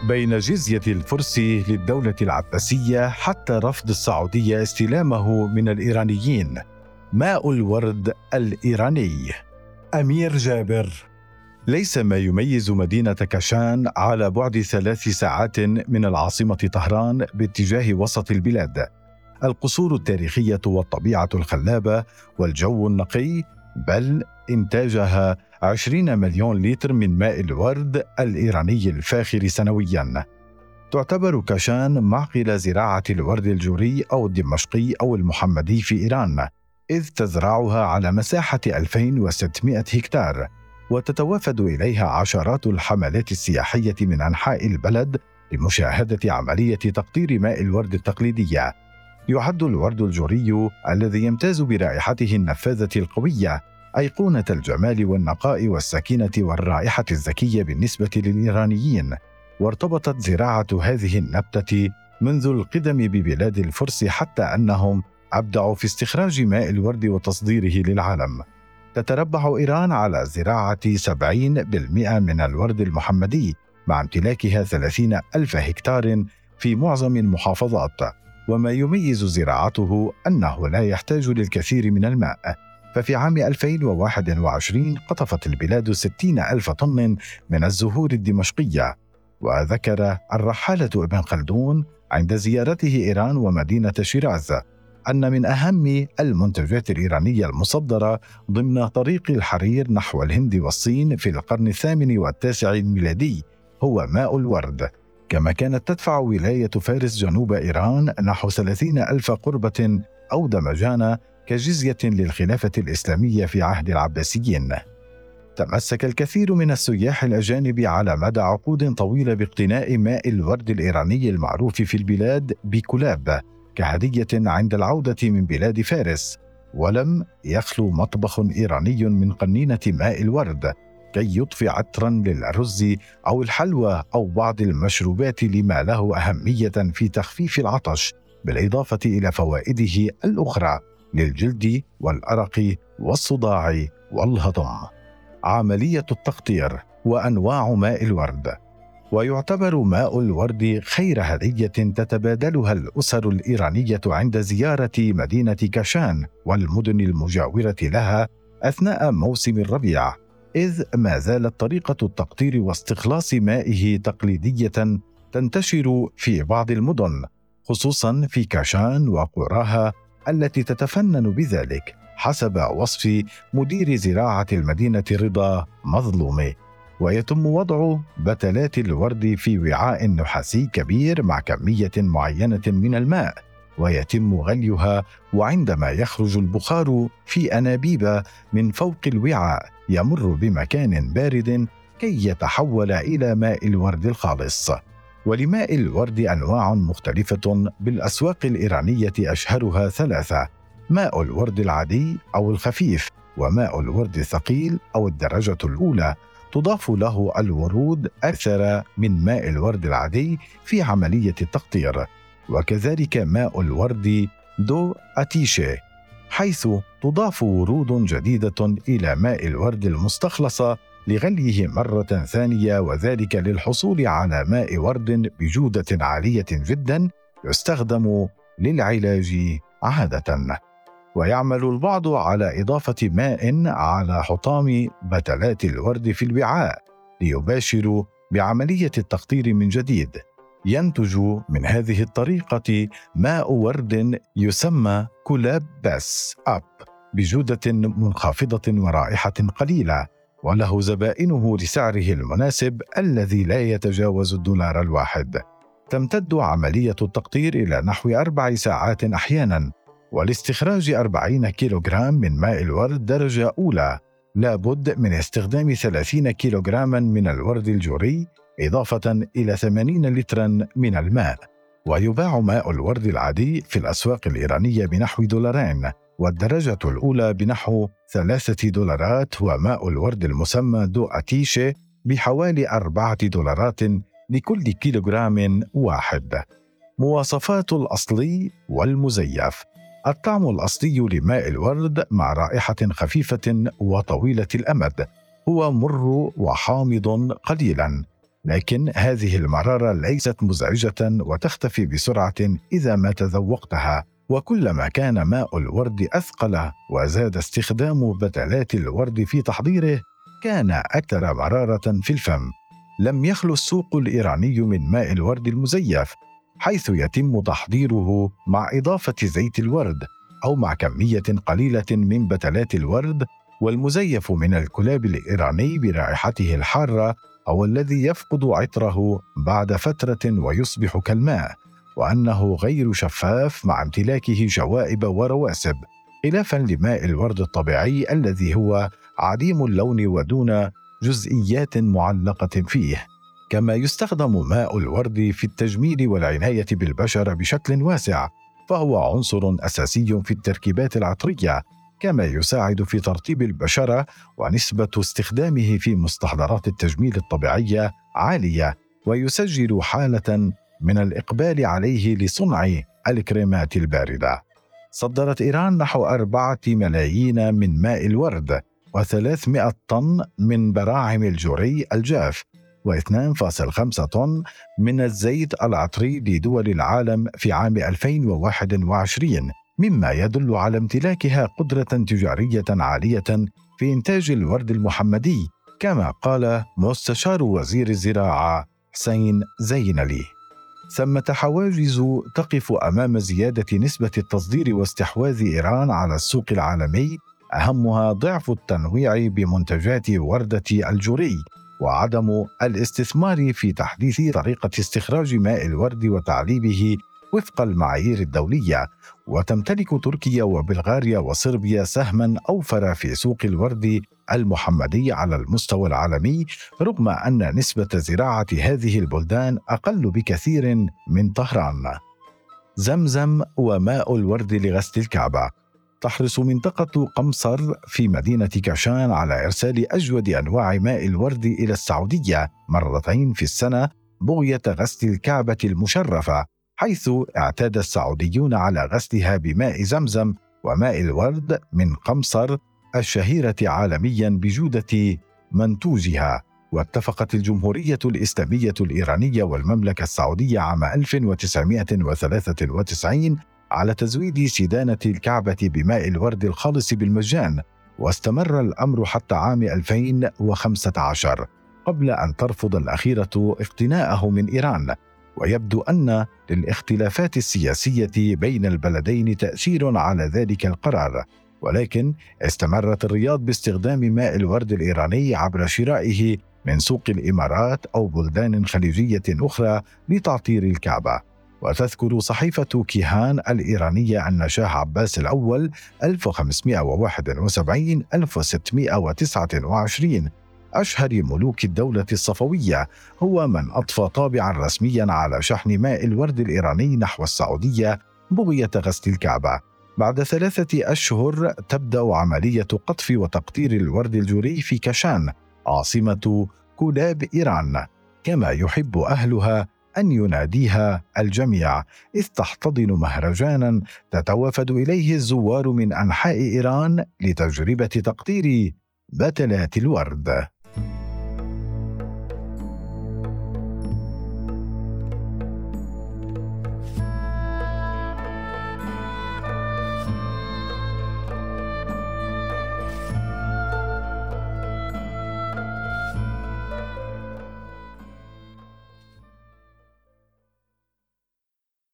بين جزية الفرس للدولة العباسية حتى رفض السعودية استلامه من الإيرانيين. ماء الورد الإيراني. أمير جابر. ليس ما يميز مدينة كاشان على بعد 3 ساعات من العاصمة طهران باتجاه وسط البلاد القصور التاريخية والطبيعة الخلابة والجو النقي، بل إنتاجها 20 مليون لتر من ماء الورد الإيراني الفاخر سنوياً. تعتبر كاشان معقل زراعة الورد الجوري أو الدمشقي أو المحمدي في إيران، إذ تزرعها على مساحة 2600 هكتار، وتتوافد إليها عشرات الحملات السياحية من أنحاء البلد لمشاهدة عملية تقطير ماء الورد التقليدية. يعد الورد الجوري الذي يمتاز برائحته النفاذة القوية أيقونة الجمال والنقاء والسكينة والرائحة الزكية بالنسبة للإيرانيين، وارتبطت زراعة هذه النبتة منذ القدم ببلاد الفرس حتى أنهم أبدعوا في استخراج ماء الورد وتصديره للعالم. تتربع إيران على زراعة 70% من الورد المحمدي، مع امتلاكها 30,000 هكتار في معظم المحافظات. وما يميز زراعته أنه لا يحتاج للكثير من الماء، ففي عام 2021 قطفت البلاد 60,000 طن من الزهور الدمشقية. وذكر الرحالة ابن خلدون عند زيارته إيران ومدينة شيراز أن من أهم المنتجات الإيرانية المصدرة ضمن طريق الحرير نحو الهند والصين في القرن الثامن والتاسع الميلادي هو ماء الورد. كما كانت تدفع ولاية فارس جنوب إيران نحو 30,000 قربة أو دمجان كجزية للخلافة الإسلامية في عهد العباسيين. تمسك الكثير من السياح الأجانب على مدى عقود طويلة باقتناء ماء الورد الإيراني المعروف في البلاد بكلاب كهدية عند العودة من بلاد فارس، ولم يخلو مطبخ إيراني من قنينة ماء الورد كي يضفي عطرا للرز أو الحلوى أو بعض المشروبات لما له أهمية في تخفيف العطش، بالإضافة إلى فوائده الأخرى للجلد والأرق والصداع والهضم. عملية التقطير وأنواع ماء الورد. ويعتبر ماء الورد خير هدية تتبادلها الأسر الإيرانية عند زيارة مدينة كاشان والمدن المجاورة لها أثناء موسم الربيع، إذ ما زالت طريقة التقطير واستخلاص مائه تقليدية تنتشر في بعض المدن، خصوصا في كاشان وقراها التي تتفنن بذلك، حسب وصف مدير زراعة المدينة رضا مظلومي. ويتم وضع بتلات الورد في وعاء نحاسي كبير مع كمية معينة من الماء، ويتم غليها، وعندما يخرج البخار في أنابيب من فوق الوعاء يمر بمكان بارد كي يتحول إلى ماء الورد الخالص. ولماء الورد أنواع مختلفة بالأسواق الإيرانية، أشهرها 3: ماء الورد العادي أو الخفيف، وماء الورد الثقيل أو الدرجة الأولى، تضاف له الورود أكثر من ماء الورد العادي في عملية التقطير. وكذلك ماء الورد دو أتيشي، حيث تضاف ورود جديدة إلى ماء الورد المستخلصة لغليه مرة ثانية، وذلك للحصول على ماء ورد بجودة عالية جدا يستخدم للعلاج عادة. ويعمل البعض على إضافة ماء على حطام بتلات الورد في الوعاء ليباشروا بعملية التقطير من جديد. ينتج من هذه الطريقة ماء ورد يسمى كلاب بس أب بجودة منخفضة ورائحة قليلة، وله زبائنه لسعره المناسب الذي لا يتجاوز $1 الواحد. تمتد عملية التقطير إلى نحو 4 ساعات أحيانا. ولاستخراج 40 كيلوغرام من ماء الورد درجة أولى لابد من استخدام 30 كيلوغراما من الورد الجوري، إضافة إلى 80 لترا من الماء. ويباع ماء الورد العادي في الأسواق الإيرانية بنحو $2، والدرجة الأولى بنحو $3، وماء الورد المسمى دو أتيشي بحوالي $4 لكل كيلوغرام واحد. مواصفات الأصلي والمزيف. الطعم الأصلي لماء الورد مع رائحة خفيفة وطويلة الأمد هو مر وحامض قليلا، لكن هذه المرارة ليست مزعجة وتختفي بسرعة إذا ما تذوقتها. وكلما كان ماء الورد أثقل وزاد استخدام بدلات الورد في تحضيره كان أكثر مرارة في الفم. لم يخلو السوق الإيراني من ماء الورد المزيف، حيث يتم تحضيره مع إضافة زيت الورد أو مع كمية قليلة من بدلات الورد. والمزيف من الكلاب الإيراني برائحته الحارة أو الذي يفقد عطره بعد فترة ويصبح كالماء، وأنه غير شفاف مع امتلاكه شوائب ورواسب، خلافاً لماء الورد الطبيعي الذي هو عديم اللون ودون جزئيات معلقة فيه. كما يستخدم ماء الورد في التجميل والعناية بالبشرة بشكل واسع، فهو عنصر أساسي في التركيبات العطرية، كما يساعد في ترطيب البشرة، ونسبة استخدامه في مستحضرات التجميل الطبيعية عالية، ويسجل حالة من الإقبال عليه لصنع الكريمات الباردة. صدرت إيران نحو 4 ملايين من ماء الورد، و300 طن من براعم الجوري الجاف، و2.5 طن من الزيت العطري لدول العالم في عام 2021، مما يدل على امتلاكها قدرة تجارية عالية في إنتاج الورد المحمدي، كما قال مستشار وزير الزراعة حسين زينلي. ثمة حواجز تقف أمام زيادة نسبة التصدير واستحواذ إيران على السوق العالمي، أهمها ضعف التنويع بمنتجات وردة الجوري، وعدم الاستثمار في تحديث طريقة استخراج ماء الورد وتعليبه وفق المعايير الدولية. وتمتلك تركيا وبلغاريا وصربيا سهما أوفر في سوق الورد المحمدي على المستوى العالمي، رغم أن نسبة زراعة هذه البلدان أقل بكثير من طهران. زمزم وماء الورد لغسل الكعبة. تحرص منطقة قمصر في مدينة كاشان على إرسال أجود أنواع ماء الورد إلى السعودية مرتين في السنة بغية غسل الكعبة المشرفة، حيث اعتاد السعوديون على غسلها بماء زمزم وماء الورد من قمصر الشهيرة عالميا بجودة منتوجها. واتفقت الجمهورية الإسلامية الإيرانية والمملكة السعودية عام 1993 على تزويد سدانة الكعبة بماء الورد الخالص بالمجان، واستمر الأمر حتى عام 2015 قبل أن ترفض الأخيرة اقتناءه من إيران. ويبدو أن للاختلافات السياسية بين البلدين تأثير على ذلك القرار، ولكن استمرت الرياض باستخدام ماء الورد الإيراني عبر شرائه من سوق الإمارات أو بلدان خليجية أخرى لتعطير الكعبة. وتذكر صحيفة كيهان الإيرانية أن شاه عباس الأول 1571-1629 أشهر ملوك الدولة الصفوية هو من أضفى طابعا رسميا على شحن ماء الورد الإيراني نحو السعودية بغية غسل الكعبة. بعد 3 أشهر تبدأ عملية قطف وتقطير الورد الجوري في كاشان عاصمة كلاب إيران، كما يحب أهلها أن يناديها الجميع، إذ تحتضن مهرجانا تتوافد إليه الزوار من أنحاء إيران لتجربة تقطير بتلات الورد.